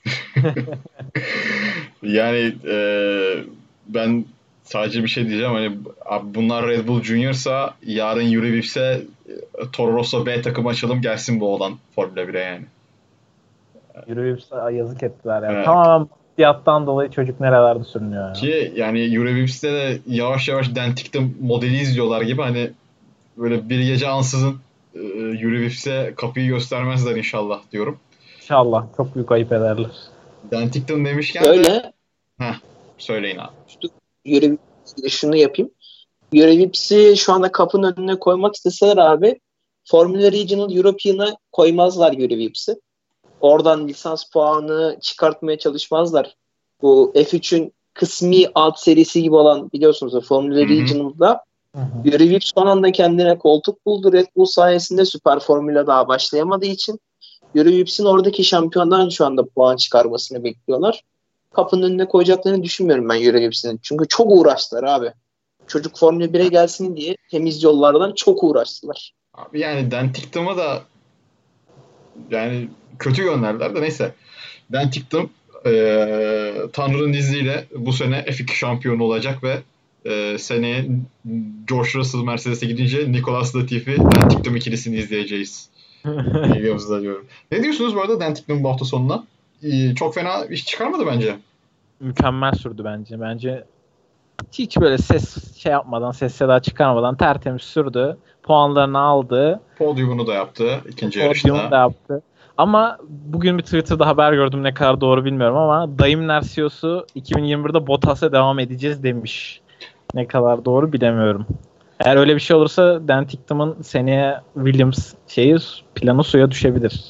yani e, ben sadece bir şey diyeceğim. Hani abi bunlar Red Bull Junior'sa yarın Yuri Vips'e Toro Rosso B takımı açalım gelsin bu olan Formula bir'e yani. Yuri Vips'e yazık ettiler ya. Evet. Tamamen fiyattan dolayı çocuk nerelerde sürünüyor ya. Ki yani Yuri Vips'te de yavaş yavaş Dan Ticktum modeli izliyorlar gibi hani böyle bir gece ansızın e, Yuri Vips'e kapıyı göstermezler inşallah diyorum. İnşallah. Çok büyük ayıp ederler. Dan Ticktum demişken Öyle. de heh, söyleyin abi. Yuri şunu yapayım. Yuri Vips'i şu anda kapının önüne koymak isteseler abi Formula Regional European'a koymazlar Eurowips'i. Oradan lisans puanı çıkartmaya çalışmazlar. Bu F üçün kısmi alt serisi gibi olan biliyorsunuz Formula Regional'da Eurovips son anda kendine koltuk buldu. Red Bull sayesinde Süper Formula daha başlayamadığı için Eurovips'in oradaki şampiyondan şu anda puan çıkarmasını bekliyorlar. Kapının önüne koyacaklarını düşünmüyorum ben Eurovips'in. Çünkü çok uğraştılar abi. Çocuk Formula bire gelsin diye temiz yollardan çok uğraştılar. Abi yani Dan Ticktum'u da yani kötü gönderdiler de neyse. Dan Ticktum e, Tanrı'nın izniyle bu sene F iki şampiyonu olacak ve e, seneye George Russell Mercedes'e gidince Nicolas Latifi Dan Ticktum ikilisini izleyeceğiz. Videomuzda diyorum. Ne diyorsunuz bu arada Dan Ticktum bu hafta sonuna? Ee, çok fena iş çıkarmadı bence. Mükemmel sürdü bence. Bence hiç böyle ses şey yapmadan, ses seda çıkarmadan tertemiz sürdü. Puanlarını aldı. Podyumunu da yaptı ikinci yarışta. Podyumunu da yaptı. Ama bugün bir Twitter'da haber gördüm, ne kadar doğru bilmiyorum ama Daimler C E O'su iki bin yirmi birde Bottas'a devam edeceğiz demiş. Ne kadar doğru bilemiyorum. Eğer öyle bir şey olursa Dan Ticktum'un seneye Williams şeyi planı suya düşebilir.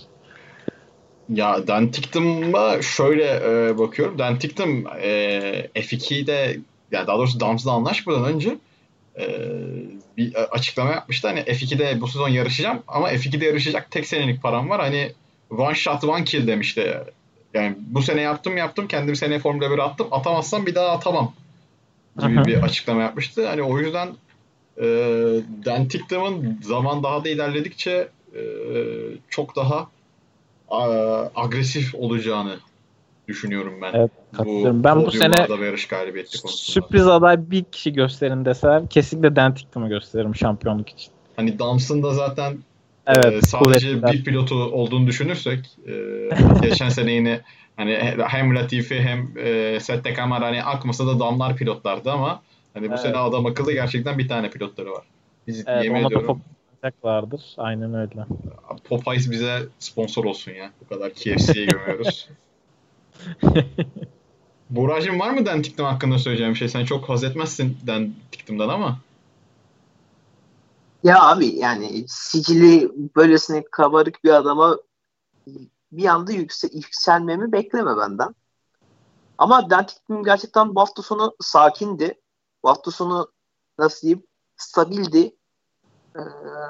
Ya Dan Ticktum'a şöyle e, bakıyorum. Dan Ticktum e, F iki'de yani daha doğrusu Dams'la anlaşmadan önce e, bir açıklama yapmıştı. Hani F iki'de bu sezon yarışacağım ama F iki'de yarışacak tek senelik param var. Hani one shot one kill demişti. Yani bu sene yaptım yaptım kendimi seneye Formula bire attım. Atamazsam bir daha atamam gibi bir açıklama yapmıştı. Hani o yüzden e, Dan Ticktum'un zaman daha da ilerledikçe e, çok daha agresif olacağını düşünüyorum ben. Evet, bu ben bu sene yarış galibiyeti konusunda. Sürpriz aday bir kişi gösterin deseler kesinlikle Dan Ticktum'u gösteririm şampiyonluk için. Hani Dams'ın da zaten evet, e, sadece bir pilotu olduğunu düşünürsek e, geçen sene yine hani hem Latifi hem e, Sette Kamara hani akmasa da Damlar pilotlardı ama hani bu evet. sene adam akıllı gerçekten bir tane pilotları var. Biz evet, yemin ediyorum. Vardır. Aynen öyle. Popeyes bize sponsor olsun ya. Bu kadar K F C'ye gömüyoruz. Buracığım var mı Dan Ticktum hakkında söyleyeceğim bir şey? Sen çok haz etmezsin Dan Ticktum'dan ama. Ya abi yani sicili böylesine kabarık bir adama bir anda yüksel- yükselmemi bekleme benden. Ama Dan Ticktum gerçekten bu hafta sonu sakindi. Bu hafta sonu nasıl diyeyim stabildi. Ee,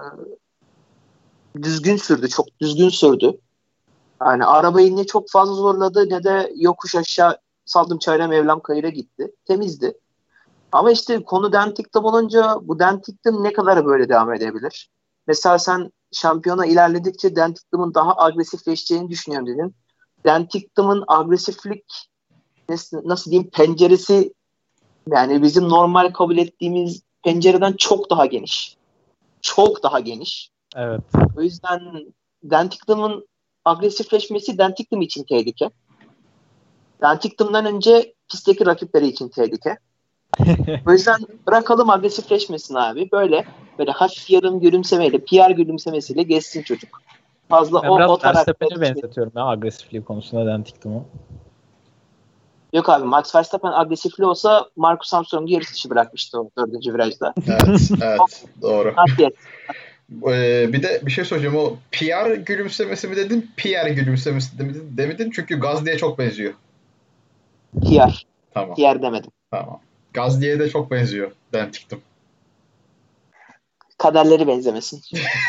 düzgün sürdü. Çok düzgün sürdü. Yani arabayı ne çok fazla zorladı ne de yokuş aşağı saldım çayra Mevlam kayıra gitti. Temizdi. Ama işte konu Dan Ticktum olunca bu Dan Ticktum ne kadar böyle devam edebilir? Mesela sen şampiyona ilerledikçe Dan Ticktum'un daha agresifleşeceğini düşünüyorum dedin. Dan Ticktum'un agresiflik nasıl, nasıl diyeyim penceresi yani bizim normal kabul ettiğimiz pencereden çok daha geniş. Çok daha geniş. Evet. O yüzden Dan Ticktum'un agresifleşmesi Dan Ticktum için tehlike. Dan Ticktum'dan önce pistteki rakipleri için tehlike. O yüzden bırakalım agresifleşmesin abi. Böyle böyle hafif yarım gülümsemeyle, P R gülümsemesiyle geçsin çocuk. Fazla ben o, biraz o Verstappen'e benzetiyorum ya agresifliği konusunda Dan Ticktum'u. Yok abi Max Verstappen agresifli olsa Marcus Armstrong'u yarış dışı bırakmıştı o dördüncü virajda. Evet, evet doğru. Hadi. Ee, bir de bir şey söyleyeceğim. O P R gülümsemesi mi dedin? P R gülümsemesi demedin, demedin çünkü Gazli'ye çok benziyor. P R. Tamam. P R demedim. Tamam. Gazli'ye de çok benziyor. Dan Ticktum. Kaderleri benzemesin.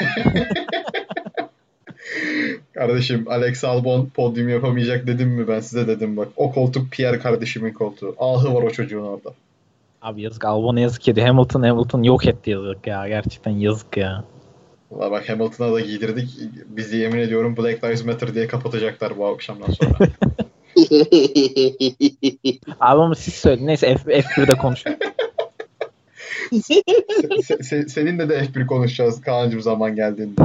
Kardeşim Alex Albon podyum yapamayacak dedim mi ben size dedim bak. O koltuk Pierre kardeşimin koltuğu. Ahı var o çocuğun orada. Abi yazık Albon'a yazık yedi. Hamilton Hamilton yok etti yazık ya. Gerçekten yazık ya. Valla bak Hamilton'a da giydirdik. Bizi yemin ediyorum Black Lives Matter diye kapatacaklar bu akşamdan sonra. Abi ama siz söyleyin. Neyse F, F bir'de konuşalım. se, se, seninle de F bir konuşacağız Kaan'cığım zaman geldiğinde.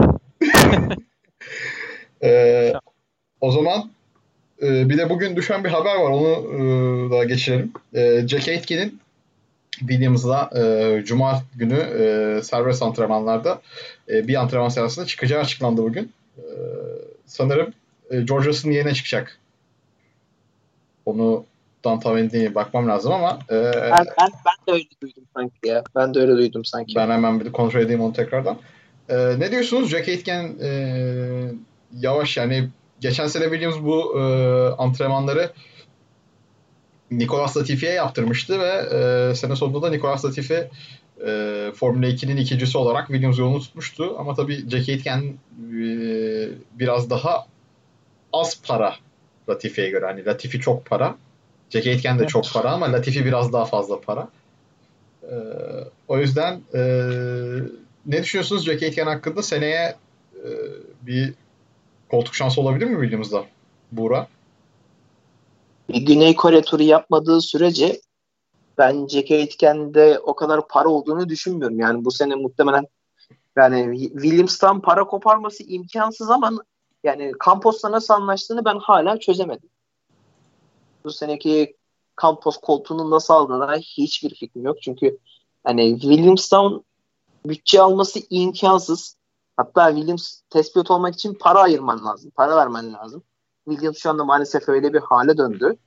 ee, o zaman e, bir de bugün düşen bir haber var. Onu e, da geçirelim. E, Jack Aitken'in Williams'la e, Cuma günü e, serbest antrenmanlarda e, bir antrenman sırasında çıkacağı açıklandı bugün. E, sanırım e, George Russell'ın yerine çıkacak. Onu tam tahmin değil, bakmam lazım ama e, ben, ben, ben de öyle duydum sanki ya. Ben de öyle duydum sanki. Ben hemen bir kontrol edeyim onu tekrardan. Ee, ne diyorsunuz? Jack Aitken e, yavaş yani geçen sene Williams bu e, antrenmanları Nicolas Latifi'ye yaptırmıştı ve e, sene sonunda da Nicolas Latifi e, Formula ikinin ikincisi olarak Williams yolunu tutmuştu. Ama tabii Jack Aitken e, biraz daha az para Latifi'ye göre. Hani Latifi çok para. Jack Aitken de çok para ama Latifi biraz daha fazla para. E, o yüzden e, ne düşünüyorsunuz Jack Aitken hakkında? Seneye e, bir koltuk şansı olabilir mi Williams'da? Buğra? Bir Güney Kore turu yapmadığı sürece ben Jack Aitken'de o kadar para olduğunu düşünmüyorum. Yani bu sene muhtemelen yani Williams'tan para koparması imkansız ama yani Campos'la nasıl anlaştığını ben hala çözemedim. Bu seneki Campos koltuğunu nasıl aldığına hiçbir fikrim yok. Çünkü hani Williams'tan bütçe alması imkansız. Hatta Williams test pilot olmak için para ayırman lazım. Para vermen lazım. Williams şu anda maalesef öyle bir hale döndü.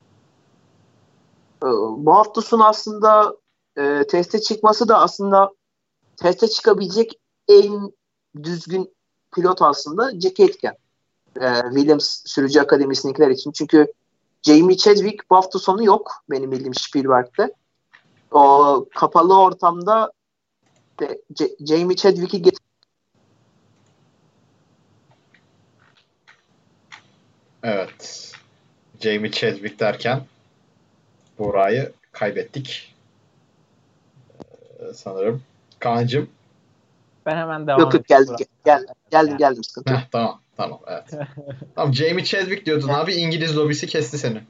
Ee, bu hafta sonu aslında e, teste çıkması da aslında teste çıkabilecek en düzgün pilot aslında Jack Aitken. Ee, Williams Sürücü Akademisi'ndekiler için. Çünkü Jamie Chadwick bu hafta sonu yok benim bildiğim Spielberg'de. O kapalı ortamda de, C- Jamie Chadwick'i get- Evet. Jamie Chadwick derken Buğra'yı kaybettik ee, sanırım. Kaan'cığım. Ben hemen devam yok yok edeyim. geldim gel, geldim geldim sıkıntı yok. Heh, tamam tamam evet. Tamam Jamie Chadwick diyordun abi İngiliz lobisi kesti seni.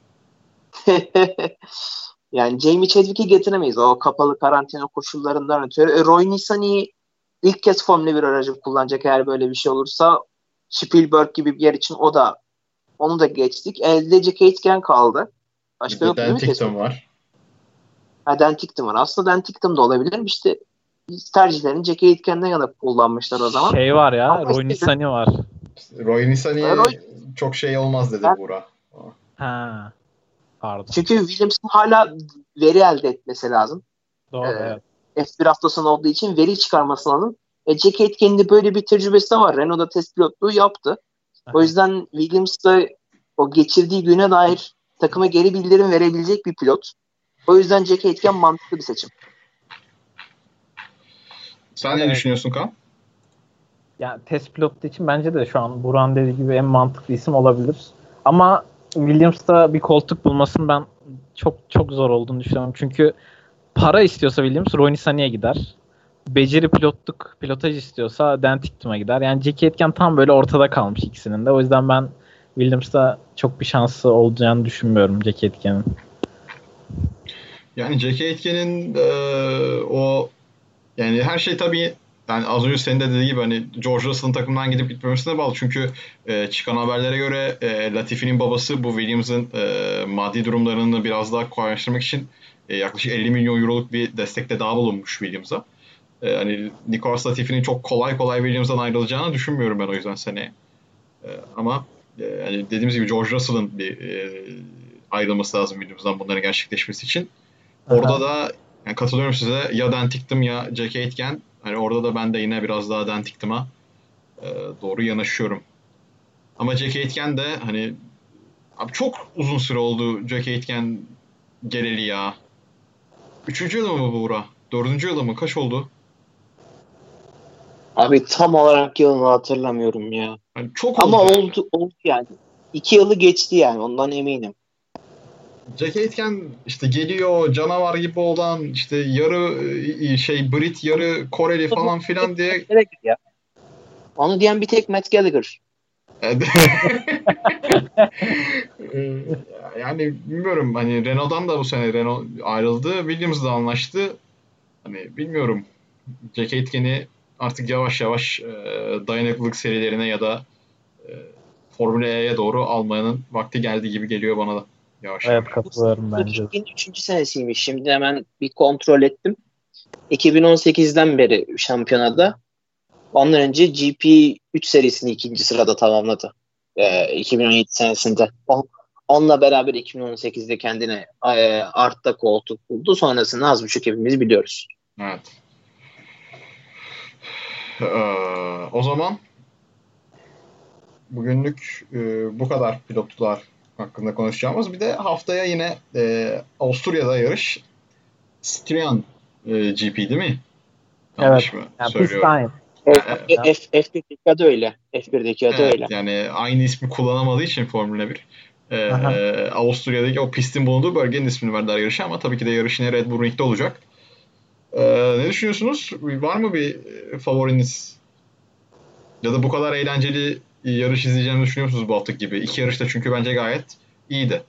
Yani Jamie Chadwick'i getiremeyiz o kapalı karantina koşullarından ötürü. E, Roy Nissany'i ilk kez Formula bir aracı kullanacak eğer böyle bir şey olursa. Spielberg gibi bir yer için o da onu da geçtik. Elde Jack Aitken kaldı. Başka yok değil mi? Dan var. Ha, Dan Ticktum var. Aslında Dan Ticktum da olabilir. İşte tercihlerini Jack Aitken'den yana kullanmışlar o zaman. Şey var ya, Ama Roy işte- Nissany var. Roy Nissany'e Roy- çok şey olmaz dedi Ben- Buğra. Ha, pardon. Çünkü Williams'ın hala veri elde etmesi lazım. Doğru, Ee, evet. F bir haftasının olduğu için veri çıkarması lazım. E, Jack Aitken'in de böyle bir tecrübesi de var. Renault'da test pilotluğu yaptı. O yüzden Williams'da o geçirdiği güne dair takıma geri bildirim verebilecek bir pilot. O yüzden Jack Aitken mantıklı bir seçim. Sen ne Evet. düşünüyorsun Kaan? Ya test pilotu için bence de şu an Buran dediği gibi en mantıklı isim olabilir. Ama Williams'ta bir koltuk bulmasının ben çok çok zor olduğunu düşünüyorum. Çünkü para istiyorsa Williams Roy Nissany'e gider. Beceri pilotluk, pilotaj istiyorsa Dan Ticktum'a gider. Yani Jack Aitken tam böyle ortada kalmış ikisinin de. O yüzden ben Williams'ta çok bir şansı olacağını düşünmüyorum Jack Aitken'in. Yani Jack Aitken'in e, o yani her şey tabii yani az önce senin de dediği gibi hani George Russell'ın takımdan gidip gitmemesine bağlı. Çünkü e, çıkan haberlere göre e, Latifi'nin babası bu Williams'ın e, maddi durumlarını biraz daha kolaylaştırmak için e, yaklaşık elli milyon euroluk bir destekte daha bulunmuş Williams'a. E, hani Nicolas Latifi'nin çok kolay kolay Williams'dan ayrılacağını düşünmüyorum ben o yüzden seneye. E, ama e, yani dediğimiz gibi George Russell'ın bir e, ayrılması lazım Williams'dan bunların gerçekleşmesi için. Orada Aha. da yani katılıyorum size ya Dan Ticktum ya Jack Aitken. Hani orada da ben de yine biraz daha Dan Ticktum'a e, doğru yanaşıyorum. Ama Jack Aitken de hani abi çok uzun süre oldu Jack Aitken geleli ya. Üçüncü yılı mı bu Buğra? Dördüncü yılı mı? Kaç oldu? Abi tam olarak yılını hatırlamıyorum ya. Yani çok Ama oldu. oldu, oldu yani. İki yılı geçti yani ondan eminim. Jack Aitken işte geliyor canavar gibi olan işte yarı e, şey Brit yarı Koreli falan filan diye. Ya. Onu diyen bir tek Matt Gallagher. Yani bilmiyorum hani Renault'dan da bu sene Renault ayrıldı. Williams'la anlaştı. Hani bilmiyorum. Jack Aitken'i artık yavaş yavaş e, dayanıklılık serilerine ya da e, Formula E'ye doğru almanın vakti geldi gibi geliyor bana da. Yavaş Evet, yavaş. katılıyorum bence. üçüncü senesiymiş. Şimdi hemen bir kontrol ettim. iki bin on sekizden beri şampiyonada. Ondan önce G P üç serisini ikinci sırada tamamladı. Ee, iki bin on yedi senesinde. O, onunla beraber iki bin on sekizde kendine e, artta koltuk buldu. Sonrasını az buçuk hepimiz biliyoruz. Evet. Ee, o zaman bugünlük e, bu kadar pilotlar hakkında konuşacağımız. Bir de haftaya yine e, Avusturya'da yarış. Strian e, G P değil mi? Yanlış Evet. mı Yani söylüyorum? Pistine. F, F, F birdeki adı öyle. F birdeki adı Evet, öyle. yani aynı ismi kullanamadığı için Formula bir. E, Aha. Avusturya'daki o pistin bulunduğu bölgenin ismini verdiler yarışa ama tabii ki de yarış yine Red Bull Ring'de olacak. E, ne düşünüyorsunuz? Var mı bir favoriniz? Ya da bu kadar eğlenceli yarış izleyeceğimi düşünüyor musunuz bu hafta gibi? İki yarış da çünkü bence gayet iyiydi.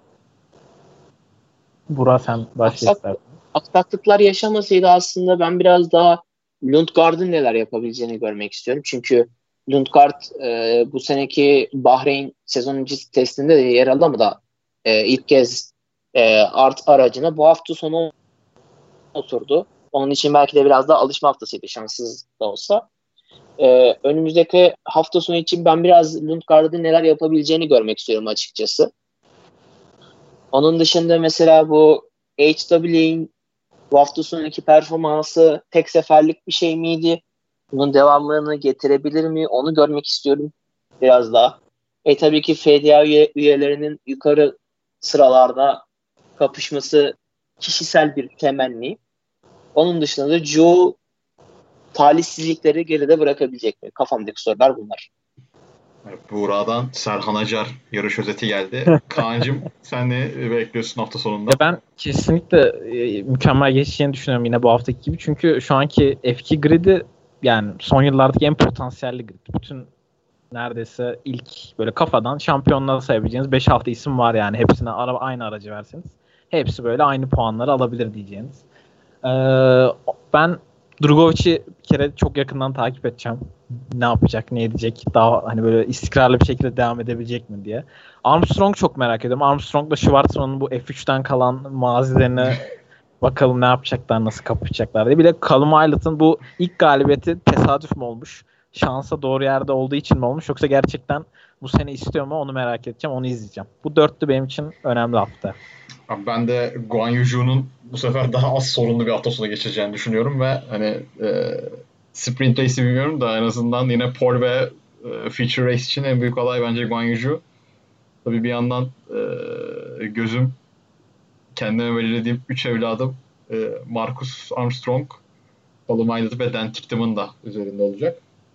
Burak sen başla Aksak, istersen. aksaklıklar yaşamasaydı aslında ben biraz daha Lundgaard'ın neler yapabileceğini görmek istiyorum. Çünkü Lundgaard e, bu seneki Bahreyn sezon öncesi testinde de yer aldı ama da e, ilk kez e, art aracına bu hafta sonu oturdu. Onun için belki de biraz daha alışma haftasıydı, şanssız da olsa. E, önümüzdeki hafta sonu için ben biraz Lundgaard'ın neler yapabileceğini görmek istiyorum açıkçası. Onun dışında mesela bu H W'nin bu hafta sonraki performansı tek seferlik bir şey miydi? Bunun devamlılığını getirebilir mi? Onu görmek istiyorum biraz daha. E tabii ki F D A üye, üyelerinin yukarı sıralarda kapışması kişisel bir temenni. Onun dışında da Joe talihsizlikleri geride bırakabilecek mi? Kafamdaki sorular bunlar. Buğra'dan Serhan Acar yarış özeti geldi. Kaan'cığım sen ne bekliyorsun hafta sonunda? Ya ben kesinlikle e, mükemmel geçeceğini düşünüyorum yine bu haftaki gibi. Çünkü şu anki F iki grid'i yani son yıllardaki en potansiyelli grid. Bütün neredeyse ilk böyle kafadan şampiyonları sayabileceğiniz beş altı isim var yani. Hepsine araba, aynı aracı verseniz. Hepsi böyle aynı puanları alabilir diyeceğiniz. Ee, ben Drugovic'i bir kere çok yakından takip edeceğim. Ne yapacak, ne edecek, daha hani böyle istikrarlı bir şekilde devam edebilecek mi diye. Armstrong çok merak ediyorum. Armstrong'la Schwarzman'ın bu F üçten kalan mazilerine bakalım ne yapacaklar, nasıl kapışacaklar diye. Bir de Callum Ilot'un bu ilk galibiyeti tesadüf mü olmuş? Şansa doğru yerde olduğu için mi olmuş? Yoksa gerçekten bu sene istiyor mu? Onu merak edeceğim. Onu izleyeceğim. Bu dörtlü benim için önemli hafta. Ben de Guan Yuju'nun bu sefer daha az sorunlu bir hafta sonu geçeceğini düşünüyorum ve hani e, sprint race'i bilmiyorum da en azından yine pole ve e, feature race için en büyük aday bence Guan Yuju. Tabii bir yandan e, gözüm kendime belirlediğim üç evladım e, Marcus Armstrong, Callum Ilott ve Dan Ticktum'un da üzerinde olacak.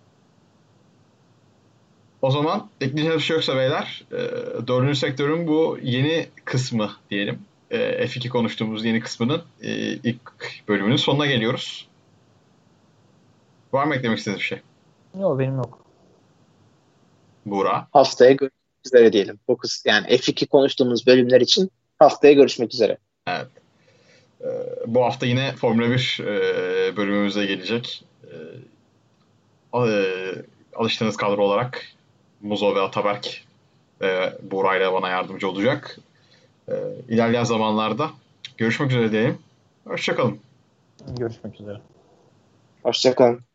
O zaman ekleyeceğim bir şey yoksa beyler, e, dördüncü sektörün bu yeni kısmı diyelim. E, F iki konuştuğumuz yeni kısmının e, ilk bölümünün sonuna geliyoruz. Var mı eklemek istediğiniz bir şey? Yok benim yok. Buğra. Haftaya görüşmek üzere diyelim. Bu kız, yani F iki konuştuğumuz bölümler için haftaya görüşmek üzere. Evet. E, bu hafta yine Formula bir e, bölümümüze gelecek. E, e, alıştığınız kadro olarak Muzo ve Ataberk ve Buğra ile bana yardımcı olacak. E, ilerleyen zamanlarda görüşmek üzere diyelim. Hoşçakalın. Görüşmek üzere. Hoşçakalın.